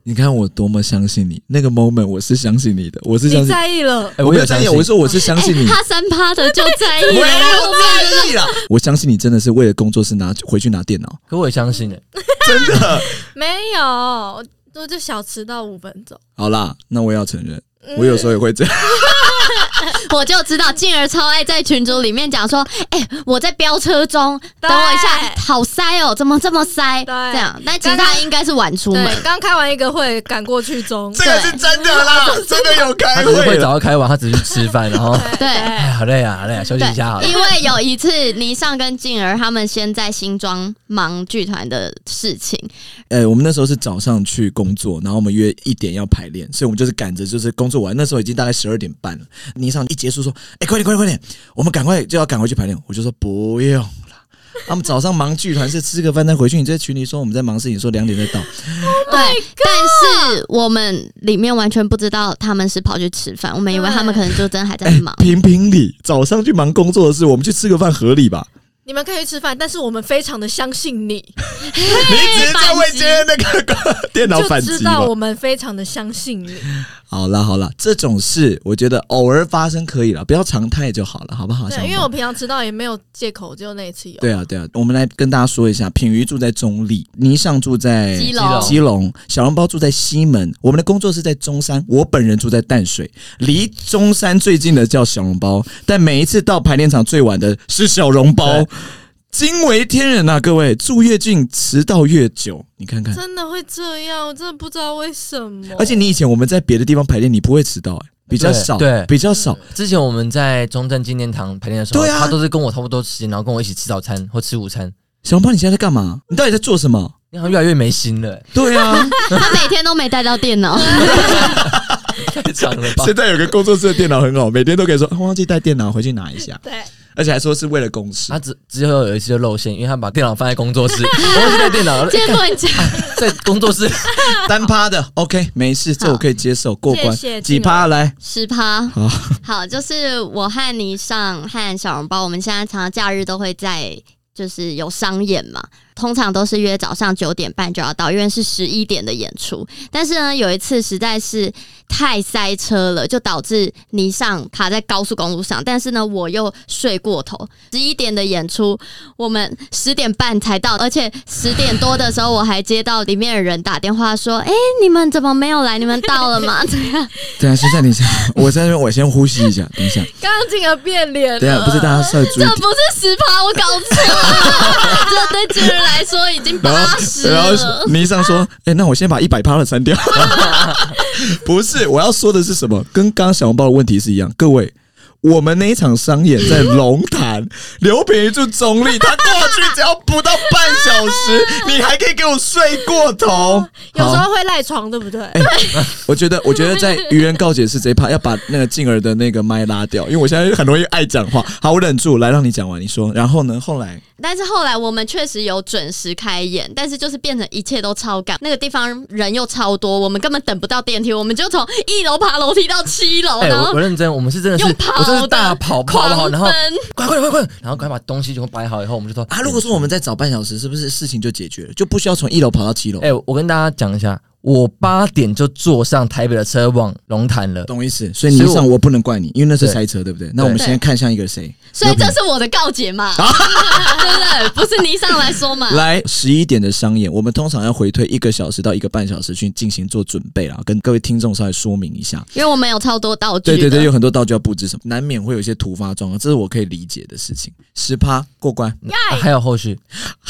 你看我多么相信你，那个 moment 我是相信你的，我是相你信。 在意了， 我没有在意，我说我是相信你。 他3%的就在意没有了，后面在意啦，我相信你真的是为了工作室回去拿电脑， 可我也相信真的。 没有，我就小迟到5分钟。 好啦，那我也要承认，我有时候也会这样。 我就知道静儿超爱在群组里面讲说，我在飙车中，等我一下，好塞哦，怎么这么塞？ 对这样，但其实他应该是晚出门对，。刚开完一个会，赶过去中。 这个是真的啦，真的有开他只是会会早就开完，他只是去吃饭，然后对哎，好累啊，好累啊，休息一下好了。 因为有一次倪尚跟静儿他们先在新庄忙剧团的事情， 我们那时候是早上去工作，然后我们约1点要排练，所以我们就是赶着就是工作完，那时候已经大概12点半了。倪尚一结束说：“快点，我们赶快就要赶回去排练。”我就说不用啦，他们早上忙剧团是吃个饭再回去。你在群里说我们在忙事情，说2点再到。 对，但是我们里面完全不知道他们是跑去吃饭，我们以为他们可能就真的还在忙。 评理，早上去忙工作的事，我们去吃个饭合理吧？ 你们可以去吃饭，但是我们非常的相信你， 你只是在为今天那个电脑反击吧就知道我？们非常的相信你。 好啦，这种事我觉得偶尔发生可以了，不要常态就好了，好不好？ 对，因为我平常迟到也没有借口，只有那一次有。 对啊，我们来跟大家说一下，品瑜住在中立，倪尚住在基隆，小笼包住在西门，我们的工作室在中山，我本人住在淡水，离中山最近的叫小笼包，但每一次到排练场最晚的是小笼包。惊为天人啊！各位，住越近迟到越久，你看看， 真的会这样，我真的不知道为什么。 而且你以前我们在别的地方排练，你不会迟到，比较少， 对， 比较少。 之前我们在中正纪念堂排练的时候， 对啊， 他都是跟我差不多时间，然后跟我一起吃早餐或吃午餐。 小笼包，你现在在干嘛？你到底在做什么？ 你好像越来越没心了。 对啊， 他每天都没带到电脑。 太长了吧？ 现在有个工作室的电脑很好，每天都可以说忘记带电脑回去拿一下。 对， 而且还说是为了公事。 他之后有一次就露馅，因为他把电脑放在工作室，我忘记带电脑， 今天不能讲， 在工作室单趴的 OK 没事，这我可以接受，过关。 谢谢几趴来 10%。好，就是我和倪尚和小笼包，我们现在常常假日都会在。就是有商演嘛，通常都是约早上9点半就要到，因为是11点的演出。但是呢，有一次实在是太塞车了，就导致倪尚卡在高速公路上，但是呢，我又睡过头。11点的演出，我们10点半才到，而且10点多的时候，我还接到里面的人打电话说：“你们怎么没有来？你们到了吗？”这样。 等一下，现在你想，我在那边，我先呼吸一下，等一下。 刚刚进而变脸了。 等一下，不是大家稍微注意这不是10%，我搞错了。这对巨人来说已经80了。 然后倪尚说：“那我先把100%的删掉。”不是，我要说的是什么？跟刚刚小笼包的问题是一样，各位。我们那一场商演在龙潭，刘品瑜住中立，他过去只要不到半小时，你还可以给我睡过头。 有时候会赖床，对不对？ 我觉得在愚人告解室这一趴要把那个静儿的那个麦拉掉，因为我现在很容易爱讲话。好，我忍住，来让你讲完，你说。然后呢？后来。 但是后来我们确实有准时开演，但是就是变成一切都超赶，那个地方人又超多，我们根本等不到电梯，我们就从1楼爬楼梯到7楼，然后我认真，我们是真的是， 用跑的我真的是大跑，然后快，然后赶快把东西全部摆好以后，我们就说如果说我们再早半小时，是不是事情就解决了，就不需要从1楼跑到7楼？ 我跟大家讲一下。我8点就坐上台北的车往龙潭了， 懂意思？所以倪尚我不能怪你，因为那是塞车，对不对？那我们先看向一个谁？ 所以这是我的告解嘛，对不对？不是倪尚来说嘛。 来11点的商演，我们通常要回退1个小时到1个半小时去进行做准备啦，跟各位听众稍微说明一下， 因为我们有超多道具。 对，有很多道具要布置什么，难免会有一些突发状况，这是我可以理解的事情。10%过关， 还有后续，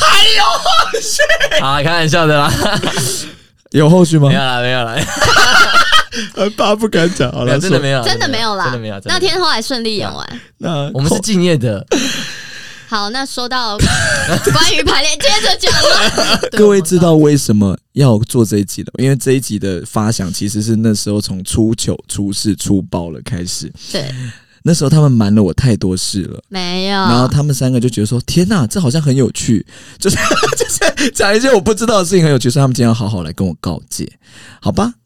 好，开玩笑的啦。 有后续吗？ 没有啦， 很怕不敢讲，好了， 真的没有啦， 真的没有啦，那天后来顺利演完。 那我们是敬业的。 好，那说到关于排练，接着讲了。 各位知道为什么要做这一集了？因为这一集的发想其实是那时候从出糗、出事、出包了开始。 对。 那时候他们瞒了我太多事了， 没有。 然后他们3个就觉得说：“天哪，这好像很有趣，就是讲一些我不知道的事情很有趣。”所以他们今天要好好来跟我告诫，好吧？那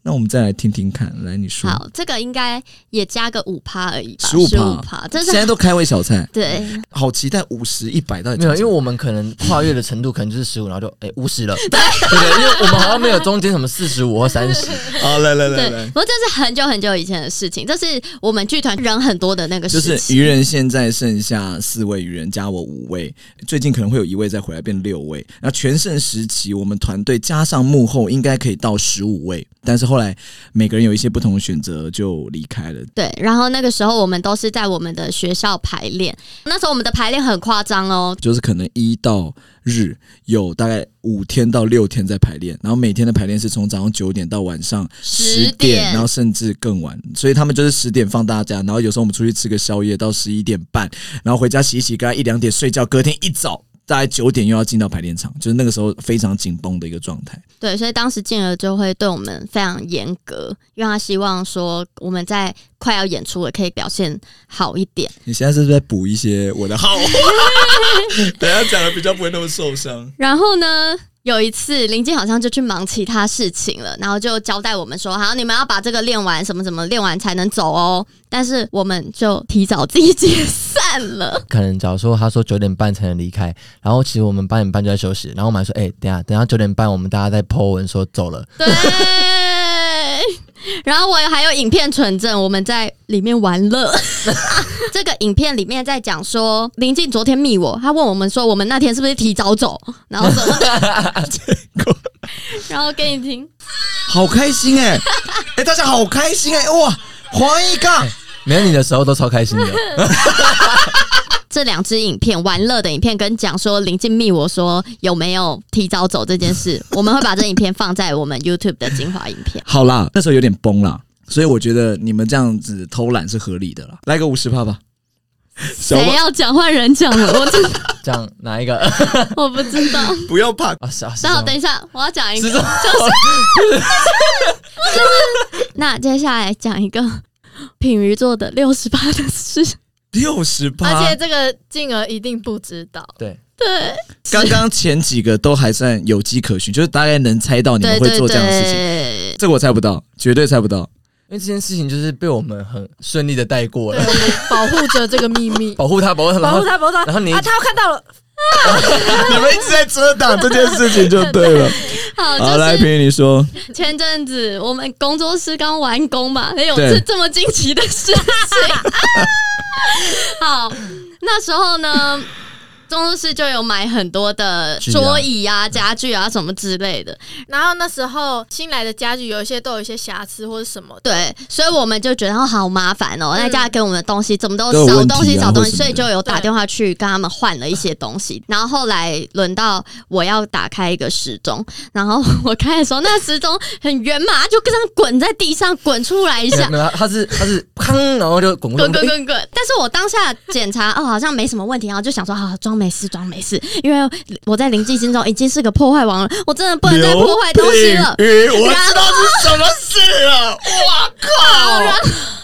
那我们再来听听看，来你说。 好，这个应该也加个5%而已吧 ，15%， 这是现在都开胃小菜。 对， 好期待50、100到底没有，因为我们可能跨越的程度可能就是15，然后就50了。对，因为我们好像没有中间什么45或30。 好，来， 对，不过这是很久很久以前的事情，这是我们剧团人很多的那个时期。 就是愚人现在剩下4位愚人，加我5位，最近可能会有1位再回来变6位。然后全盛时期，我们团队加上幕后应该可以到15位，但是后来每个人有一些不同的选择，就离开了。 对，然后那个时候我们都是在我们的学校排练，那时候我们的排练很夸张哦， 就是可能1到日有大概5天到6天在排练，然后每天的排练是从早上9点到晚上10点，然后甚至更晚，所以他们就是10点放大假，然后有时候我们出去吃个宵夜到11点半，然后回家洗一洗，大概1、2点睡觉，隔天一早大概9点又要进到排练场，就是那个时候非常紧绷的一个状态。 对，所以当时静儿就会对我们非常严格，因为他希望说我们在快要演出了可以表现好一点。 你现在是不是在补一些我的好话？等一下讲的比较不会那么受伤。 然后呢，有一次林静好像就去忙其他事情了，然后就交代我们说，好，你们要把这个练完，什么什么练完才能走哦。但是我们就提早自己解散了。 可能假如说他说9点半才能离开，然后其实我们8点半就在休息，然后我们还说，等一下9点半我们大家在 po 文说走了。 对。然后我还有影片存证，我们在里面玩乐。这个影片里面在讲说，林静昨天密我，他问我们说，我们那天是不是提早走，然后什么的，然后给你听， 好开心大家好开心哇！黄一杠， 没有你的时候都超开心的。 这2支影片，玩乐的影片跟讲说林静密我说有没有提早走这件事，我们会把这影片放在我们 YouTube 的精华影片。 好啦，那时候有点崩啦，所以我觉得你们这样子偷懒是合理的啦。来个50%吧。 谁要讲话人讲了？我真的讲哪一个？ 我不知道。 不要怕啊！是啊， 然后等一下，我要讲一个， 就是那接下来讲一个品瑜做的60%的事。 60%， 而且这个静儿一定不知道。 对， 刚刚前几个都还算有迹可循，就是大概能猜到你们会做这样的事情。 对， 这个我猜不到，绝对猜不到， 因为这件事情就是被我们很顺利的带过了。 对，我们保护着这个秘密， 保护他， 保护他。 然后你他要看到了。 你们一直在遮挡这件事情就对了。好，来平你说。 前阵子我们工作室刚完工嘛，有这么惊奇的事情。好，那时候呢，工作室就有买很多的桌椅啊、家具啊什么之类的。 然后那时候新来的家具有一些都有一些瑕疵或者什么的， 对，所以我们就觉得好麻烦哦，那家给我们的东西怎么都少东西少东西，所以就有打电话去跟他们换了一些东西。然后后来轮到我要打开一个时钟，然后我开的时候，那时钟很圆嘛，就这样滚在地上滚出来一下， 没有，他是砰，然后就滚。 但是我当下检查好像没什么问题，然后就想说好装没事，因为我在林静心中已经是个破坏王了，我真的不能再破坏东西了。 我知道是什么事了，哇靠！ 然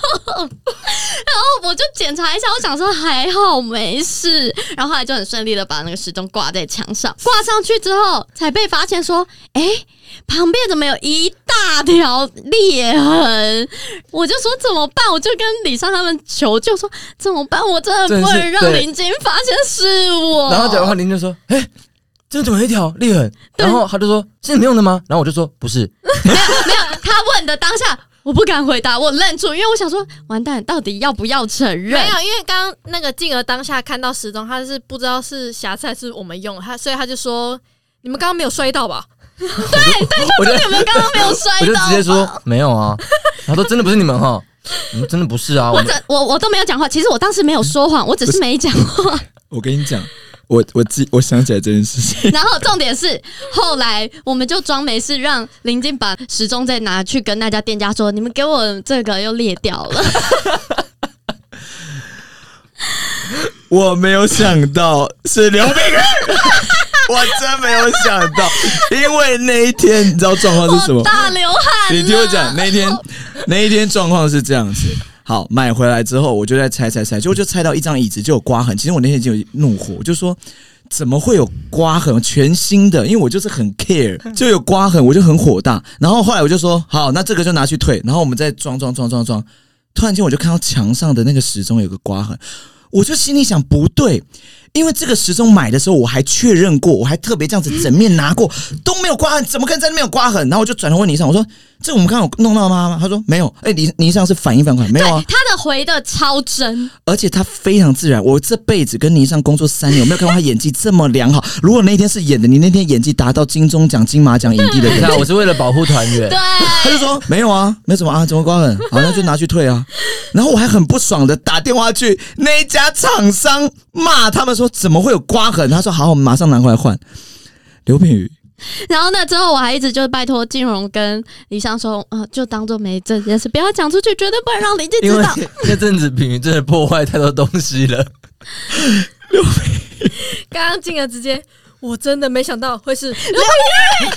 后我就检查一下，我想说还好没事，然后后来就很顺利的把那个时钟挂在墙上，挂上去之后才被发现说，旁边怎么有一大条裂痕？我就说怎么办？我就跟李尚他们求救说怎么办？我真的不能让林静发现是我。 然后讲的话，林静就说：“这怎么有一条裂痕？”然后他就说：“是你们用的吗？”然后我就说：“不是。” 没有，他问的当下。我不敢回答，我愣住，因为我想说，完蛋，到底要不要承认？ 没有，因为刚刚那个静儿当下看到时钟，他是不知道是瑕疵还是我们用，所以他就说：“你们刚刚没有摔到吧？” 对，他说你们刚刚没有摔到， 我就直接说没有啊。他说真的不是你们哈，你们真的不是啊。 我都没有讲话，其实我当时没有说谎，我只是没讲话。 我跟你讲。我想起来这件事情， 然后重点是后来我们就装没事，让林静把时钟再拿去跟那家店家说，你们给我这个又裂掉了。 我没有想到是刘炳宇，我真没有想到，因为那一天你知道状况是什么？ 大流汗。 你听我讲，那一天状况是这样子。好，买回来之后我就在拆，结果就拆到一张椅子就有刮痕。其实我那天已经有怒火，我就说怎么会有刮痕？全新的，因为我就是很 care， 就有刮痕，我就很火大。然后后来我就说，好，那这个就拿去退，然后我们再装。突然间我就看到墙上的那个时钟有个刮痕，我就心里想不对。因为这个时钟买的时候我还确认过，我还特别这样子整面拿过，都没有刮痕，怎么可能在那边有刮痕？然后我就转头问倪尚，我说：“这我们刚刚有弄到吗？”他说：“没有。”倪尚是反应非常快，没有啊。 他的回的超真， 而且他非常自然。我这辈子跟倪尚工作3年，我没有看过他演技这么良好。如果那天是演的，你那天演技达到金钟奖、金马奖影帝的演技， 我是为了保护团员。 对， 他就说没有啊，没有什么啊，怎么刮痕？好，那就拿去退啊。然后我还很不爽的打电话去那一家厂商骂他们说怎么会有刮痕？他说好，我们马上拿回来换。刘品瑜。 然后呢，之后我还一直就拜托金融跟李湘说，就当做没这件事，不要讲出去，绝对不能让林静知道。 因为那阵子品瑜真的破坏太多东西了。 刚刚静儿直接，我真的没想到会是刘品瑜。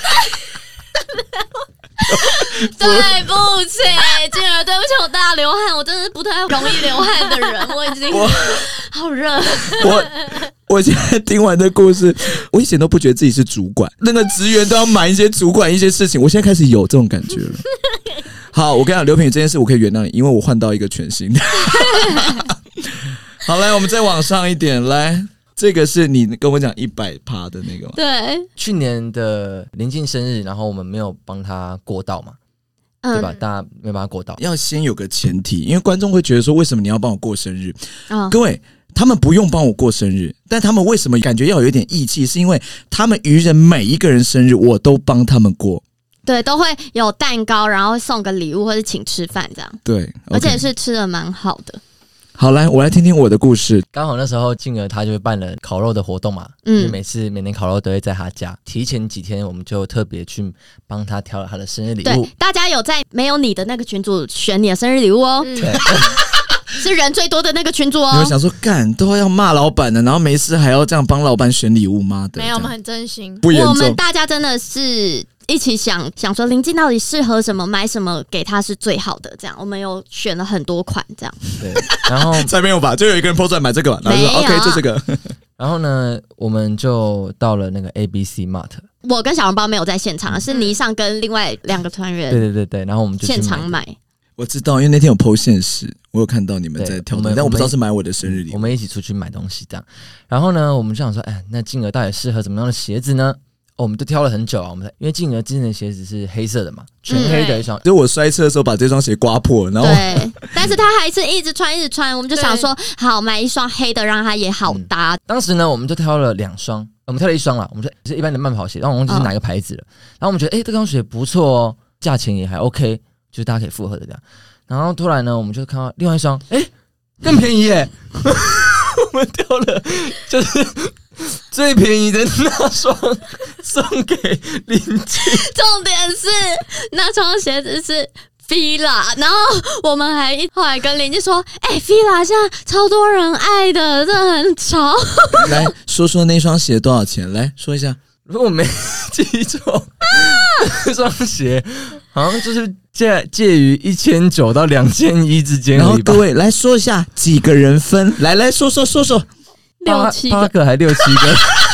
对不起，静儿，对不起，我大流汗，我真的是不太容易流汗的人，我已经好热。 我现在听完这故事，我以前都不觉得自己是主管，那个职员都要瞒一些主管一些事情，我现在开始有这种感觉了。好，我跟你讲，刘品瑜这件事我可以原谅你，因为我换到一个全新的。好，来，我们再往上一点，来，这个是你跟我讲100%的那个吗？ 对， 去年的临近生日，然后我们没有帮他过到嘛，对吧？大家没有帮他过到， 要先有个前提，因为观众会觉得说，为什么你要帮我过生日？各位。他们不用帮我过生日，但他们为什么感觉要有一点义气？是因为他们愚人每一个人生日我都帮他们过， 对，都会有蛋糕，然后送个礼物或者请吃饭这样。 对， 而且是吃的蛮好的。 好，来，我来听听我的故事。 刚好那时候静儿她就办了烤肉的活动嘛，因为每年烤肉都会在她家。提前几天我们就特别去帮她挑了她的生日礼物。 对，大家有在没有你的那个群组选你的生日礼物哦。对。是人最多的那个群组哦。 你们想说，干都要骂老板的，然后没事还要这样帮老板选礼物吗？ 没有，我们很真心， 不严重。 我们大家真的是一起想说林静到底适合什么，买什么给他是最好的。这样，我们有选了很多款，这样。 对，然后才没有吧？就有一个人 po 出来买这个吧，然后就说 OK 就这个。 然后呢，我们就到了那个 ABC Mart。 我跟小笼包没有在现场，是倪尚跟另外2个团员。 对，然后我们就去现场买。 我知道，因为那天有 po 现实，我有看到你们在挑东西，但我不知道是买我的生日礼物。 我们一起出去买东西这样，然后呢，我们就想说，那静儿到底适合怎么样的鞋子呢？我们都挑了很久啊，因为静儿之前的鞋子是黑色的嘛，全黑的一双。 就我摔车的时候把这双鞋刮破，然后对，但是他还是一直穿，我们就想说，好买一双黑的，让他也好搭。 当时呢，我们就挑了2双，我们挑了1双啦，我们是一般的慢跑鞋，然后我忘记是哪个牌子了。然后我们觉得，这双鞋不错哦，价钱也还 OK， 就是大家可以复合的这样。然后突然呢，我们就看到另外一双，更便宜耶！我们挑了就是最便宜的那双送给林静。 重点是那双鞋子是 Fila， 然后我们还后来跟林静说，Fila 现在超多人爱的，真的很潮。 来说说那双鞋多少钱？来说一下。 如果我没记错，这双鞋好像就是介于1900到2100之间。 然后各位来说一下几个人分，来说6-7 个 ，8个还6-7个。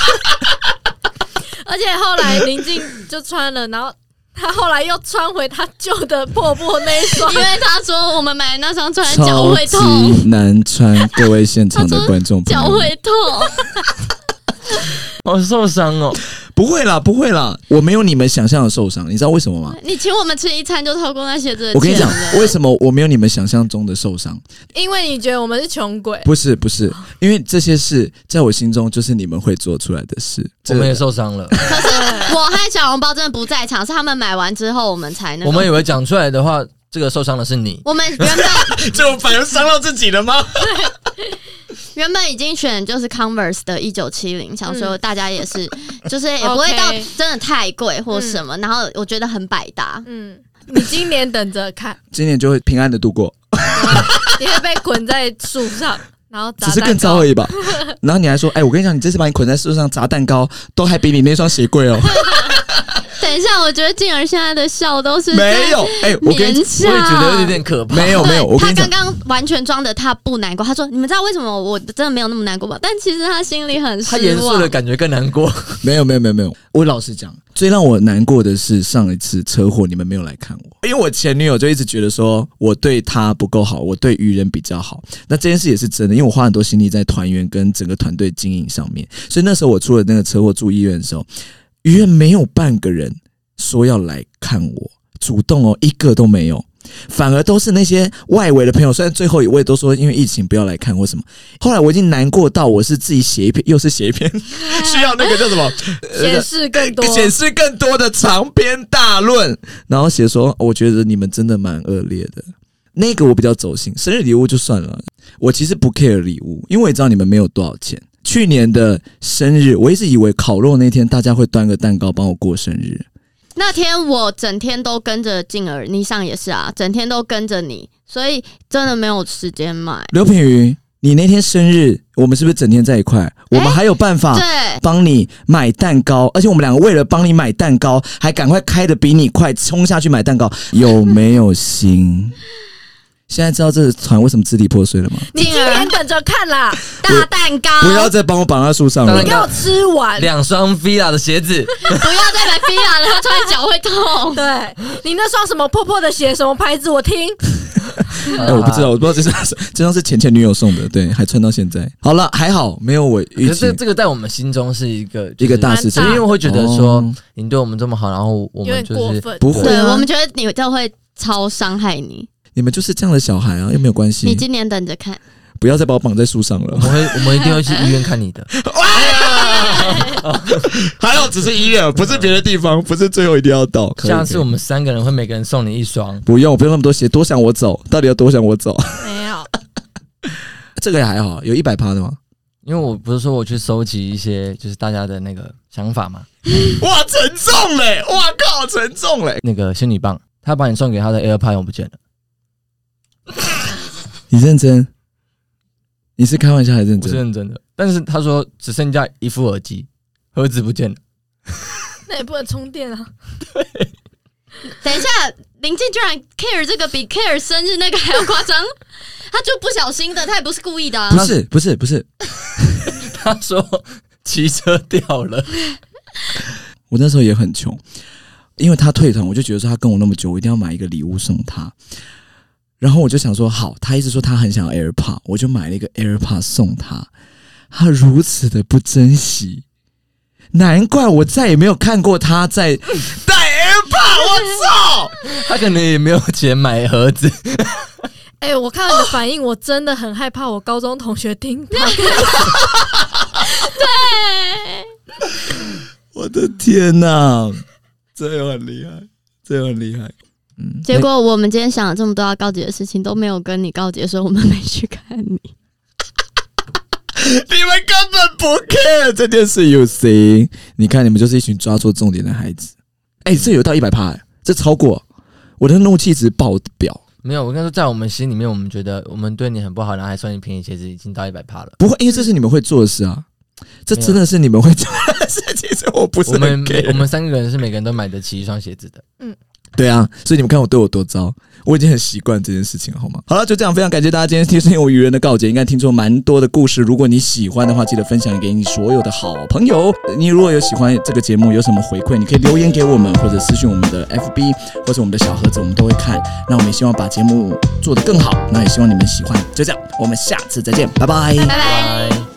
而且后来林静就穿了，然后他后来又穿回他旧的破那一双， 因为他说我们买的那双穿脚会痛， 超级难穿。各位现场的观众朋友， 脚会痛。 好受伤哦！ 不会啦，我没有你们想象的受伤，你知道为什么吗？ 你请我们吃一餐就透过那鞋子的钱了。 我跟你讲，为什么我没有你们想象中的受伤？ 因为你觉得我们是穷鬼。 不是，因为这些事在我心中就是你们会做出来的事。 我们也受伤了。 可是我和小笼包真的不在场，是他们买完之后我们才我们以为讲出来的话，这个受伤的是你。 我们原本就反而伤到自己了吗？ 原本已经选就是 Converse 的1970，想说大家也是，就是也不会到真的太贵或什么，然后我觉得很百搭。 你今年等着看， 今年就会平安的度过。 你会被捆在树上，然后砸蛋糕， 只是更糟而已吧。然后你还说，我跟你讲，你这次把你捆在树上砸蛋糕，都还比你那双鞋贵哦。 等一下，我觉得静儿现在的笑都是没有，我跟你勉强， 我也觉得有点可怕。 没有，我跟他你讲刚，刚完全装的他不难过，他说：“你们知道为什么我真的没有那么难过吧？”但其实他心里很失望。 他严肃的感觉更难过。 没有。我老实讲，最让我难过的是上一次车祸，你们没有来看我，因为我前女友就一直觉得说我对她不够好，我对愚人比较好。那这件事也是真的，因为我花很多心力在团员跟整个团队经营上面，所以那时候我出了那个车祸住医院的时候，愚人没有半个人说要来看我，主动一个都没有。反而都是那些外围的朋友，虽然最后一位都说因为疫情不要来看或什么，后来我已经难过到我是自己写一篇，又是写一篇需要那个叫什么显示更多的长篇大论，然后写说我觉得你们真的蛮恶劣的。那个我比较走心，生日礼物就算了，我其实不 care 礼物，因为我也知道你们没有多少钱。去年的生日，我一直以为烤肉那天大家会端个蛋糕帮我过生日。 那天我整天都跟着静儿，你上也是啊，整天都跟着你，所以真的没有时间买。 刘品瑜，你那天生日，我们是不是整天在一块？我们还有办法帮你买蛋糕，而且我们两个为了帮你买蛋糕，还赶快开得比你快，冲下去买蛋糕，有没有心？现在知道这个团为什么支离破碎了吗？ 你今天等着看啦， 大蛋糕， 不要再帮我绑在树上了， 你要吃完 2双 Fila 的鞋子， 不要再买 Fila 了，他穿脚会痛。 对，你那双什么破破的鞋，什么牌子？我听。 我不知道，这双是前女友送的，对，还穿到现在。好了，还好没有我预期。 这个在我们心中是一个大事情， 因为我会觉得说你对我们这么好，然后我们就是不会， 对我们觉得你就会超伤害你。 你们就是这样的小孩啊，又没有关系。 你今年等着看， 不要再把我绑在树上了。 我们一定会去医院看你的。 还好只是医院，不是别的地方，不是最后一定要到。 下次我们3个人会每个人送你1双。 不用，我不用那么多鞋，多想我走，到底要多想我走？ 没有， 这个也还好，有100%的吗？ 因为我不是说我去收集一些就是大家的那个想法嘛。 哇，沉重嘞！哇靠，沉重嘞！ 那个仙女棒，他把你送给他的 AirPod 用不见了。 你认真？你是开玩笑还是认真？ 我是认真的，但是他说只剩下1副耳机，盒子不见了。 那也不能充电啊。 对。 等一下，林静居然 care 这个比 care 生日那个还要夸张，他就不小心的，他也不是故意的啊。 不是， 他说骑车掉了。 我那时候也很穷，因为他退团，我就觉得说他跟我那么久，我一定要买一个礼物送他。然后我就想说，好，他一直说他很想要 AirPod， 我就买了一个 AirPod 送他。他如此的不珍惜，难怪我再也没有看过他在带 AirPod。我操！ 他可能也没有钱买盒子。 我看到你的反应，我真的很害怕我高中同学听。对， 我的天哪，这又很厉害，这又很厉害。 结果我们今天想了这么多要告解的事情，都没有跟你告解，说我们没去看你。 你们根本不 care 这件事 ，you see？ 你看，你们就是一群抓错重点的孩子。这有到100%，这超过我的怒气值爆表。 没有，我跟你说，在我们心里面，我们觉得我们对你很不好，然后还送你便宜鞋子，已经到100%了。 不会，因为这是你们会做的事啊，这真的是你们会做的事。其实我不是很 care。 我们3个人是每个人都买得起1双鞋子的。 对啊，所以你们看我对我多糟，我已经很习惯这件事情了，好吗？好了，就这样，非常感谢大家今天听我愚人的告解，应该听出蛮多的故事。如果你喜欢的话，记得分享给你所有的好朋友。你如果有喜欢这个节目，有什么回馈，你可以留言给我们，或者私讯我们的 FB 或者我们的小盒子，我们都会看。那我们也希望把节目做得更好，那也希望你们喜欢。就这样，我们下次再见，拜拜， 拜拜。